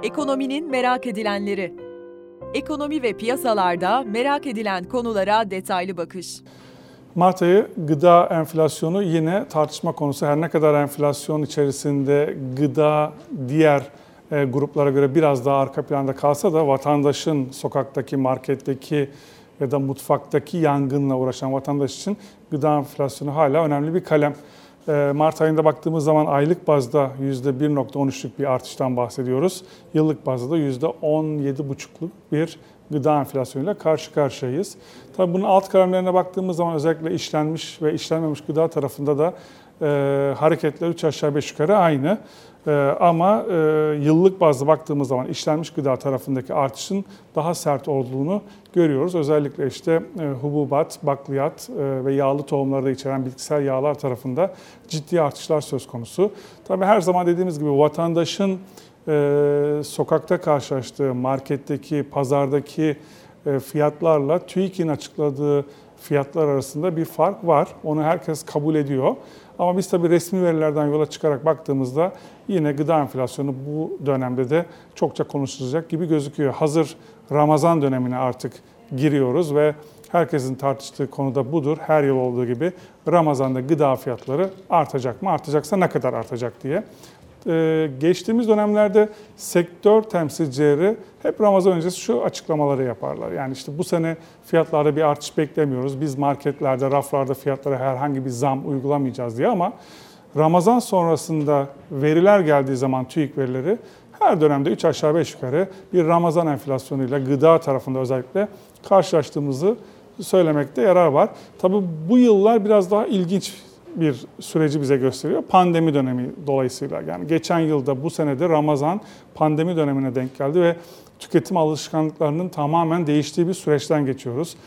Ekonominin merak edilenleri. Ekonomi ve piyasalarda merak edilen konulara detaylı bakış. Mart ayı gıda enflasyonu yine tartışma konusu. Her ne kadar enflasyon içerisinde gıda diğer gruplara göre biraz daha arka planda kalsa da vatandaşın sokaktaki, marketteki ya da mutfaktaki yangınla uğraşan vatandaş için gıda enflasyonu hala önemli bir kalem. Mart ayında baktığımız zaman aylık bazda %1.13'lük bir artıştan bahsediyoruz. Yıllık bazda da %17,5'luk bir gıda enflasyonuyla karşı karşıyayız. Tabii bunun alt kalemlerine baktığımız zaman özellikle işlenmiş ve işlenmemiş gıda tarafında da hareketler 3 aşağı 5 yukarı aynı. Ama yıllık bazda baktığımız zaman işlenmiş gıda tarafındaki artışın daha sert olduğunu görüyoruz. Özellikle işte hububat, bakliyat ve yağlı tohumları da içeren bitkisel yağlar tarafında ciddi artışlar söz konusu. Tabii her zaman dediğimiz gibi vatandaşın sokakta karşılaştığı, marketteki, pazardaki fiyatlarla TÜİK'in açıkladığı fiyatlar arasında bir fark var. Onu herkes kabul ediyor. Ama biz tabii resmi verilerden yola çıkarak baktığımızda yine gıda enflasyonu bu dönemde de çokça konuşulacak gibi gözüküyor. Hazır Ramazan dönemine artık giriyoruz ve herkesin tartıştığı konu da budur. Her yıl olduğu gibi Ramazan'da gıda fiyatları artacak mı? Artacaksa ne kadar artacak diye. Geçtiğimiz dönemlerde sektör temsilcileri hep Ramazan öncesi şu açıklamaları yaparlar. Yani işte bu sene fiyatlarda bir artış beklemiyoruz. Biz marketlerde, raflarda fiyatlara herhangi bir zam uygulamayacağız diye, ama Ramazan sonrasında veriler geldiği zaman TÜİK verileri her dönemde 3 aşağı 5 yukarı bir Ramazan enflasyonuyla gıda tarafında özellikle karşılaştığımızı söylemekte yarar var. Tabii bu yıllar biraz daha ilginç bir süreci bize gösteriyor. Pandemi dönemi dolayısıyla, yani geçen yılda bu senede Ramazan pandemi dönemine denk geldi ve tüketim alışkanlıklarının tamamen değiştiği bir süreçten geçiyoruz.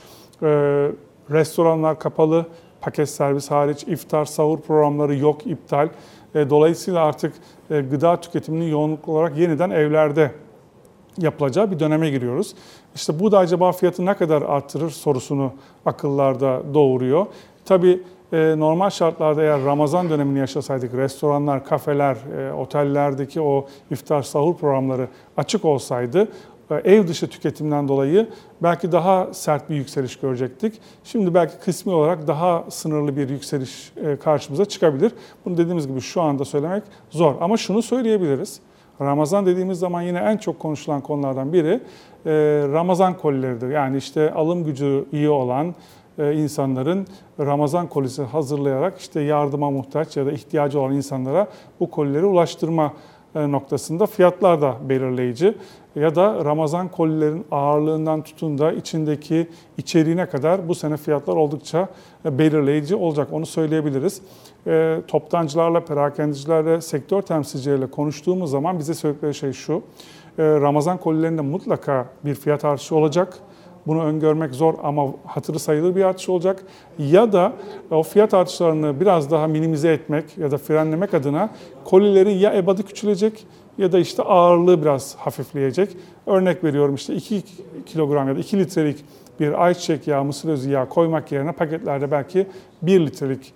Restoranlar kapalı, paket servis hariç, iftar, sahur programları yok, iptal. Dolayısıyla artık gıda tüketiminin yoğunluklu olarak yeniden evlerde yapılacağı bir döneme giriyoruz. İşte bu da acaba fiyatı ne kadar arttırır sorusunu akıllarda doğuruyor. Tabii normal şartlarda eğer Ramazan dönemini yaşasaydık, restoranlar, kafeler, otellerdeki o iftar sahur programları açık olsaydı, ev dışı tüketimden dolayı belki daha sert bir yükseliş görecektik. Şimdi belki kısmi olarak daha sınırlı bir yükseliş karşımıza çıkabilir. Bunu dediğimiz gibi şu anda söylemek zor. Ama şunu söyleyebiliriz. Ramazan dediğimiz zaman yine en çok konuşulan konulardan biri Ramazan kolileridir. Yani işte alım gücü iyi olan insanların Ramazan kolisi hazırlayarak işte yardıma muhtaç ya da ihtiyacı olan insanlara bu kolileri ulaştırma noktasında fiyatlar da belirleyici. Ya da Ramazan kolilerin ağırlığından tutun da içindeki içeriğine kadar bu sene fiyatlar oldukça belirleyici olacak. Onu söyleyebiliriz. Toptancılarla, perakendecilerle, sektör temsilcileriyle konuştuğumuz zaman bize söyledikleri şey şu: Ramazan kolilerinde mutlaka bir fiyat artışı olacak. Bunu öngörmek zor ama hatırı sayılır bir artış olacak. Ya da o fiyat artışlarını biraz daha minimize etmek ya da frenlemek adına kolilerin ya ebadı küçülecek ya da işte ağırlığı biraz hafifleyecek. Örnek veriyorum, işte 2 kilogram ya da 2 litrelik bir ayçiçek yağı, mısır özü yağı koymak yerine paketlerde belki 1 litrelik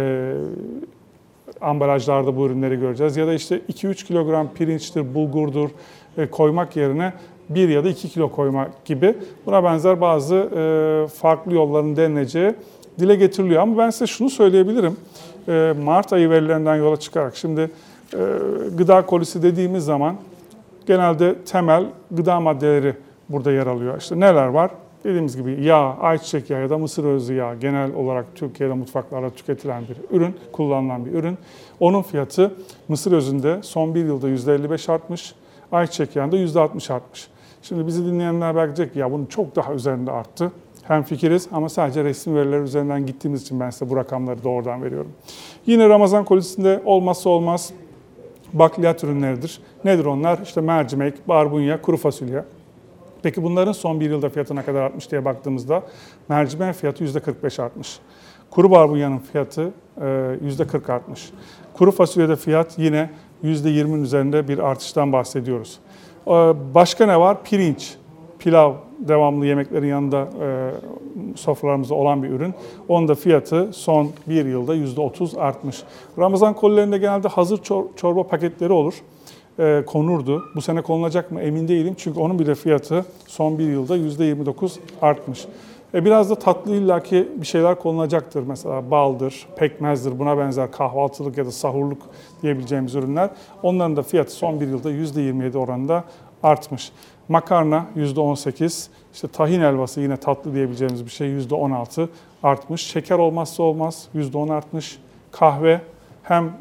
ambalajlarda bu ürünleri göreceğiz. Ya da işte 2-3 kilogram pirinçtir, bulgurdur koymak yerine 1 ya da 2 kilo koymak gibi buna benzer bazı farklı yolların deneneceği dile getiriliyor. Ama ben size şunu söyleyebilirim. Mart ayı verilerinden yola çıkarak şimdi gıda kolisi dediğimiz zaman genelde temel gıda maddeleri burada yer alıyor. İşte neler var? Dediğimiz gibi yağ, ayçiçek yağı ya da mısır özü yağı genel olarak Türkiye'de mutfaklarda tüketilen bir ürün, kullanılan bir ürün. Onun fiyatı mısır özünde son bir yılda %55 artmış, ayçiçek yağında %60 artmış. Şimdi bizi dinleyenler belki diyecek ya bunun çok daha üzerinde arttı. Hemfikiriz ama sadece resmi veriler üzerinden gittiğimiz için ben size bu rakamları doğrudan veriyorum. Yine Ramazan kolisinde olmazsa olmaz bakliyat ürünleridir. Nedir onlar? İşte mercimek, barbunya, kuru fasulye. Peki bunların son bir yılda fiyatı ne kadar artmış diye baktığımızda mercimeğin fiyatı %45 artmış. Kuru barbunyanın fiyatı %40 artmış. Kuru fasulyede fiyat yine %20'nin üzerinde bir artıştan bahsediyoruz. Başka ne var? Pirinç, pilav, devamlı yemeklerin yanında sofralarımızda olan bir ürün. Onun da fiyatı son bir yılda %30 artmış. Ramazan kolilerinde genelde hazır çorba paketleri olur. konurdu. Bu sene konulacak mı emin değilim. Çünkü onun bile fiyatı son bir yılda %29 artmış. Biraz da tatlı illaki bir şeyler konulacaktır. Mesela baldır, pekmezdir, buna benzer kahvaltılık ya da sahurluk diyebileceğimiz ürünler. Onların da fiyatı son bir yılda %27 oranında artmış. Makarna %18, işte tahin helvası yine tatlı diyebileceğimiz bir şey %16 artmış. Şeker olmazsa olmaz %10 artmış. Kahve hem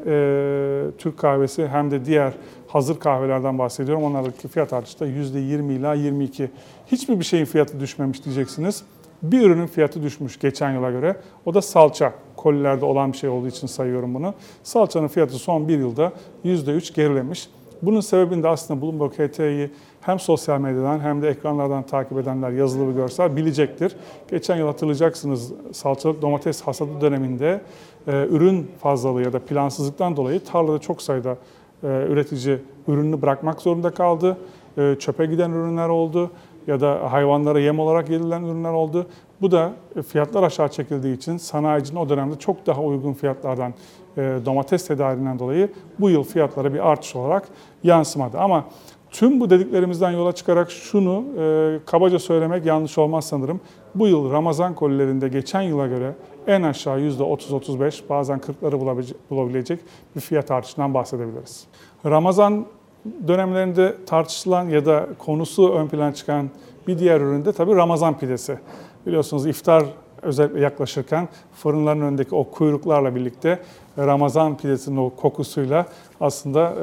Türk kahvesi hem de diğer hazır kahvelerden bahsediyorum. Onlardaki fiyat artışı da %20 ila 22. Hiçbir bir şeyin fiyatı düşmemiş diyeceksiniz. Bir ürünün fiyatı düşmüş geçen yıla göre. O da salça. Kolilerde olan bir şey olduğu için sayıyorum bunu. Salçanın fiyatı son bir yılda %3 gerilemiş. Bunun sebebini de aslında Bloomberg HT'yi hem sosyal medyadan hem de ekranlardan takip edenler yazılı ve görsel bilecektir. Geçen yıl hatırlayacaksınız salçalık domates hasadı döneminde ürün fazlalığı ya da plansızlıktan dolayı tarlada çok sayıda üretici ürününü bırakmak zorunda kaldı. Çöpe giden ürünler oldu ya da hayvanlara yem olarak yedilen ürünler oldu. Bu da fiyatlar aşağı çekildiği için sanayicinin o dönemde çok daha uygun fiyatlardan domates tedariğinden dolayı bu yıl fiyatlara bir artış olarak yansımadı. Ama tüm bu dediklerimizden yola çıkarak şunu kabaca söylemek yanlış olmaz sanırım. Bu yıl Ramazan kolilerinde geçen yıla göre en aşağı %30-35 bazen 40'ları bulabilecek bir fiyat artışından bahsedebiliriz. Ramazan dönemlerinde tartışılan ya da konusu ön plana çıkan bir diğer ürün de tabii Ramazan pidesi. Biliyorsunuz iftar özellikle yaklaşırken fırınların önündeki o kuyruklarla birlikte Ramazan pidesinin o kokusuyla aslında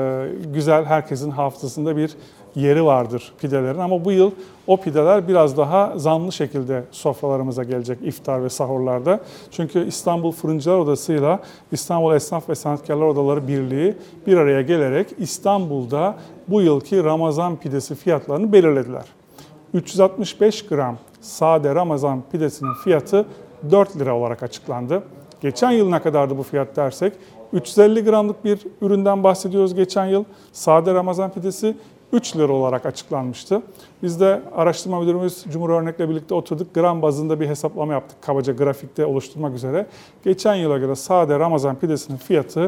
güzel, herkesin hafızasında bir yeri vardır pidelerin. Ama bu yıl o pideler biraz daha zanlı şekilde sofralarımıza gelecek iftar ve sahurlarda. Çünkü İstanbul Fırıncılar Odası ile İstanbul Esnaf ve Sanatkarlar Odaları Birliği bir araya gelerek İstanbul'da bu yılki Ramazan pidesi fiyatlarını belirlediler. 365 gram sade Ramazan pidesinin fiyatı 4 lira olarak açıklandı. Geçen yıl ne kadardı bu fiyat dersek 350 gramlık bir üründen bahsediyoruz geçen yıl. Sade Ramazan pidesi 3 lira olarak açıklanmıştı. Biz de araştırma müdürümüz Cumhur Örnek'le birlikte oturduk. Gram bazında bir hesaplama yaptık kabaca grafikte oluşturmak üzere. Geçen yıla göre sade Ramazan pidesinin fiyatı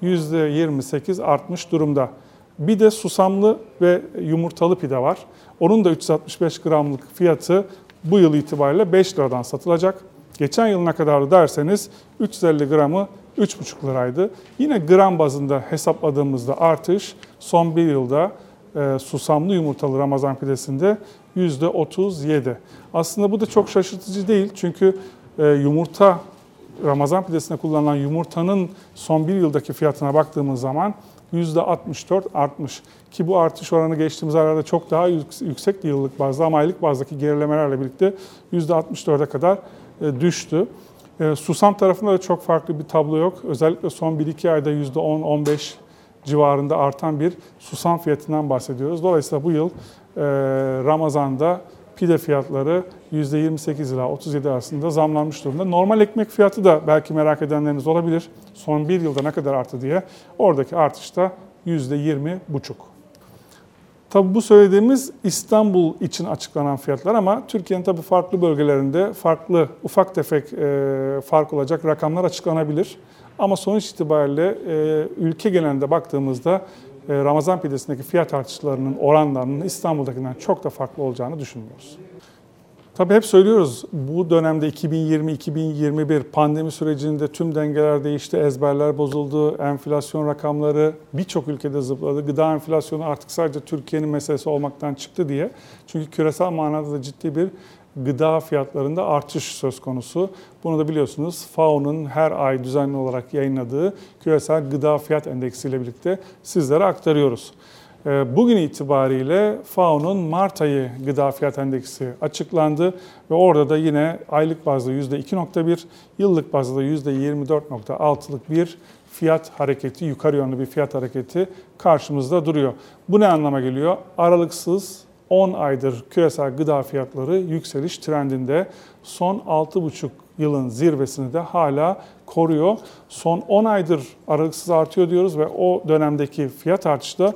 %28 artmış durumda. Bir de susamlı ve yumurtalı pide var. Onun da 365 gramlık fiyatı bu yıl itibariyle 5 liradan satılacak. Geçen yıl ne kadardı derseniz 350 gramı 3,5 liraydı. Yine gram bazında hesapladığımızda artış son bir yılda susamlı yumurtalı Ramazan pidesinde %37. Aslında bu da çok şaşırtıcı değil. Çünkü yumurta, Ramazan pidesinde kullanılan yumurtanın son bir yıldaki fiyatına baktığımız zaman %64 artmış. Ki bu artış oranı geçtiğimiz aylarda çok daha yüksek yıllık bazda ama aylık bazdaki gerilemelerle birlikte %64'e kadar düştü. Susam tarafında da çok farklı bir tablo yok. Özellikle son 1-2 ayda %10-15 civarında artan bir susam fiyatından bahsediyoruz. Dolayısıyla bu yıl Ramazan'da pide fiyatları %28 ila 37 arasında zamlanmış durumda. Normal ekmek fiyatı da belki merak edenleriniz olabilir. Son bir yılda ne kadar arttı diye. Oradaki artış da %20,5. Tabii bu söylediğimiz İstanbul için açıklanan fiyatlar ama Türkiye'nin tabii farklı bölgelerinde farklı ufak tefek fark olacak rakamlar açıklanabilir. Ama sonuç itibariyle ülke genelinde baktığımızda Ramazan pidesindeki fiyat artışlarının oranlarının İstanbul'dakinden çok da farklı olacağını düşünmüyoruz. Tabii hep söylüyoruz bu dönemde 2020-2021 pandemi sürecinde tüm dengeler değişti, ezberler bozuldu, enflasyon rakamları birçok ülkede zıpladı. Gıda enflasyonu artık sadece Türkiye'nin meselesi olmaktan çıktı diye. Çünkü küresel manada da ciddi bir gıda fiyatlarında artış söz konusu. Bunu da biliyorsunuz FAO'nun her ay düzenli olarak yayınladığı küresel gıda fiyat endeksi ile birlikte sizlere aktarıyoruz. Bugün itibariyle FAO'nun Mart ayı gıda fiyat endeksi açıklandı ve orada da yine aylık bazda %2,1, yıllık bazda %24,6'lık bir fiyat hareketi, yukarı yönlü bir fiyat hareketi karşımızda duruyor. Bu ne anlama geliyor? Aralıksız 10 aydır küresel gıda fiyatları yükseliş trendinde, son 6,5 yılın zirvesini de hala koruyor. Son 10 aydır aralıksız artıyor diyoruz ve o dönemdeki fiyat artışı da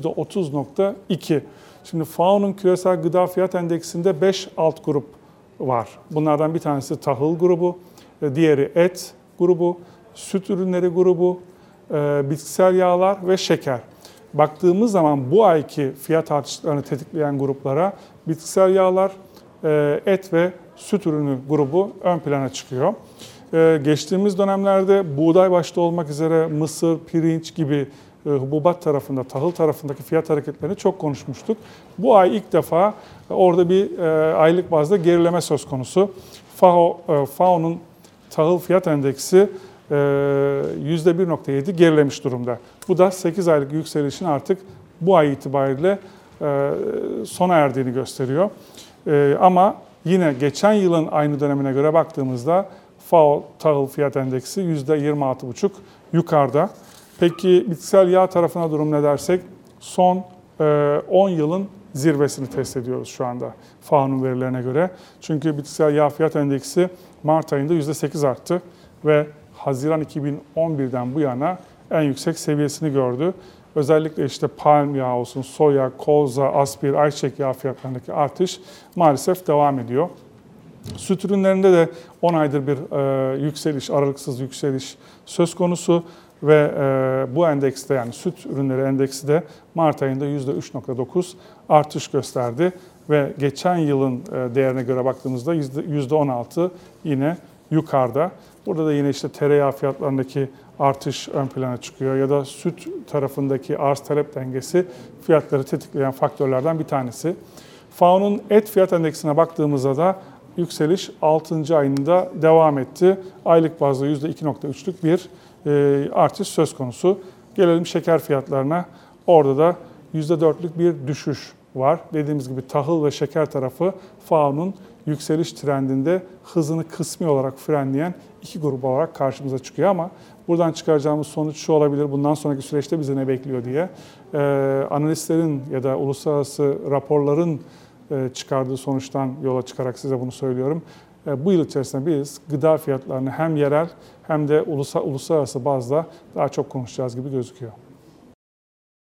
%30,2. Şimdi FAO'nun küresel gıda fiyat endeksinde 5 alt grup var. Bunlardan bir tanesi tahıl grubu, diğeri et grubu, süt ürünleri grubu, bitkisel yağlar ve şeker. baktığımız zaman bu ayki fiyat artışlarını tetikleyen gruplara bitkisel yağlar, et ve süt ürünü grubu ön plana çıkıyor. Geçtiğimiz dönemlerde buğday başta olmak üzere mısır, pirinç gibi hububat tarafında, tahıl tarafındaki fiyat hareketlerini çok konuşmuştuk. Bu ay ilk defa orada bir aylık bazda gerileme söz konusu. FAO'nun tahıl fiyat endeksi %1.7 gerilemiş durumda. Bu da 8 aylık yükselişin artık bu ay itibariyle sona erdiğini gösteriyor. Ama yine geçen yılın aynı dönemine göre baktığımızda FAO tahıl fiyat endeksi %26,5 yukarıda. Peki bitkisel yağ tarafına durum ne dersek? Son 10 yılın zirvesini test ediyoruz şu anda FAO'nun verilerine göre. Çünkü bitkisel yağ fiyat endeksi Mart ayında %8 arttı ve Haziran 2011'den bu yana en yüksek seviyesini gördü. Özellikle işte palm yağı olsun, soya, kolza, aspir, ayçiçek yağı fiyatlarındaki artış maalesef devam ediyor. Süt ürünlerinde de 10 aydır bir yükseliş, aralıksız yükseliş söz konusu ve bu endekste yani süt ürünleri endeksi de Mart ayında %3.9 artış gösterdi ve geçen yılın değerine göre baktığımızda %16 yine yukarıda. Burada da yine işte tereyağı fiyatlarındaki artış ön plana çıkıyor ya da süt tarafındaki arz talep dengesi fiyatları tetikleyen faktörlerden bir tanesi. FAO'nun et fiyat endeksine baktığımızda da yükseliş 6. ayında devam etti. Aylık bazda %2.3'lük bir artış söz konusu. Gelelim şeker fiyatlarına. Orada da %4'lük bir düşüş var. Dediğimiz gibi tahıl ve şeker tarafı FAO'nun yükseliş trendinde hızını kısmi olarak frenleyen iki grup olarak karşımıza çıkıyor ama buradan çıkaracağımız sonuç şu olabilir, bundan sonraki süreçte bizi ne bekliyor diye. Analistlerin ya da uluslararası raporların çıkardığı sonuçtan yola çıkarak size bunu söylüyorum. Bu yıl içerisinde biz gıda fiyatlarını hem yerel hem de uluslararası bazda daha çok konuşacağız gibi gözüküyor.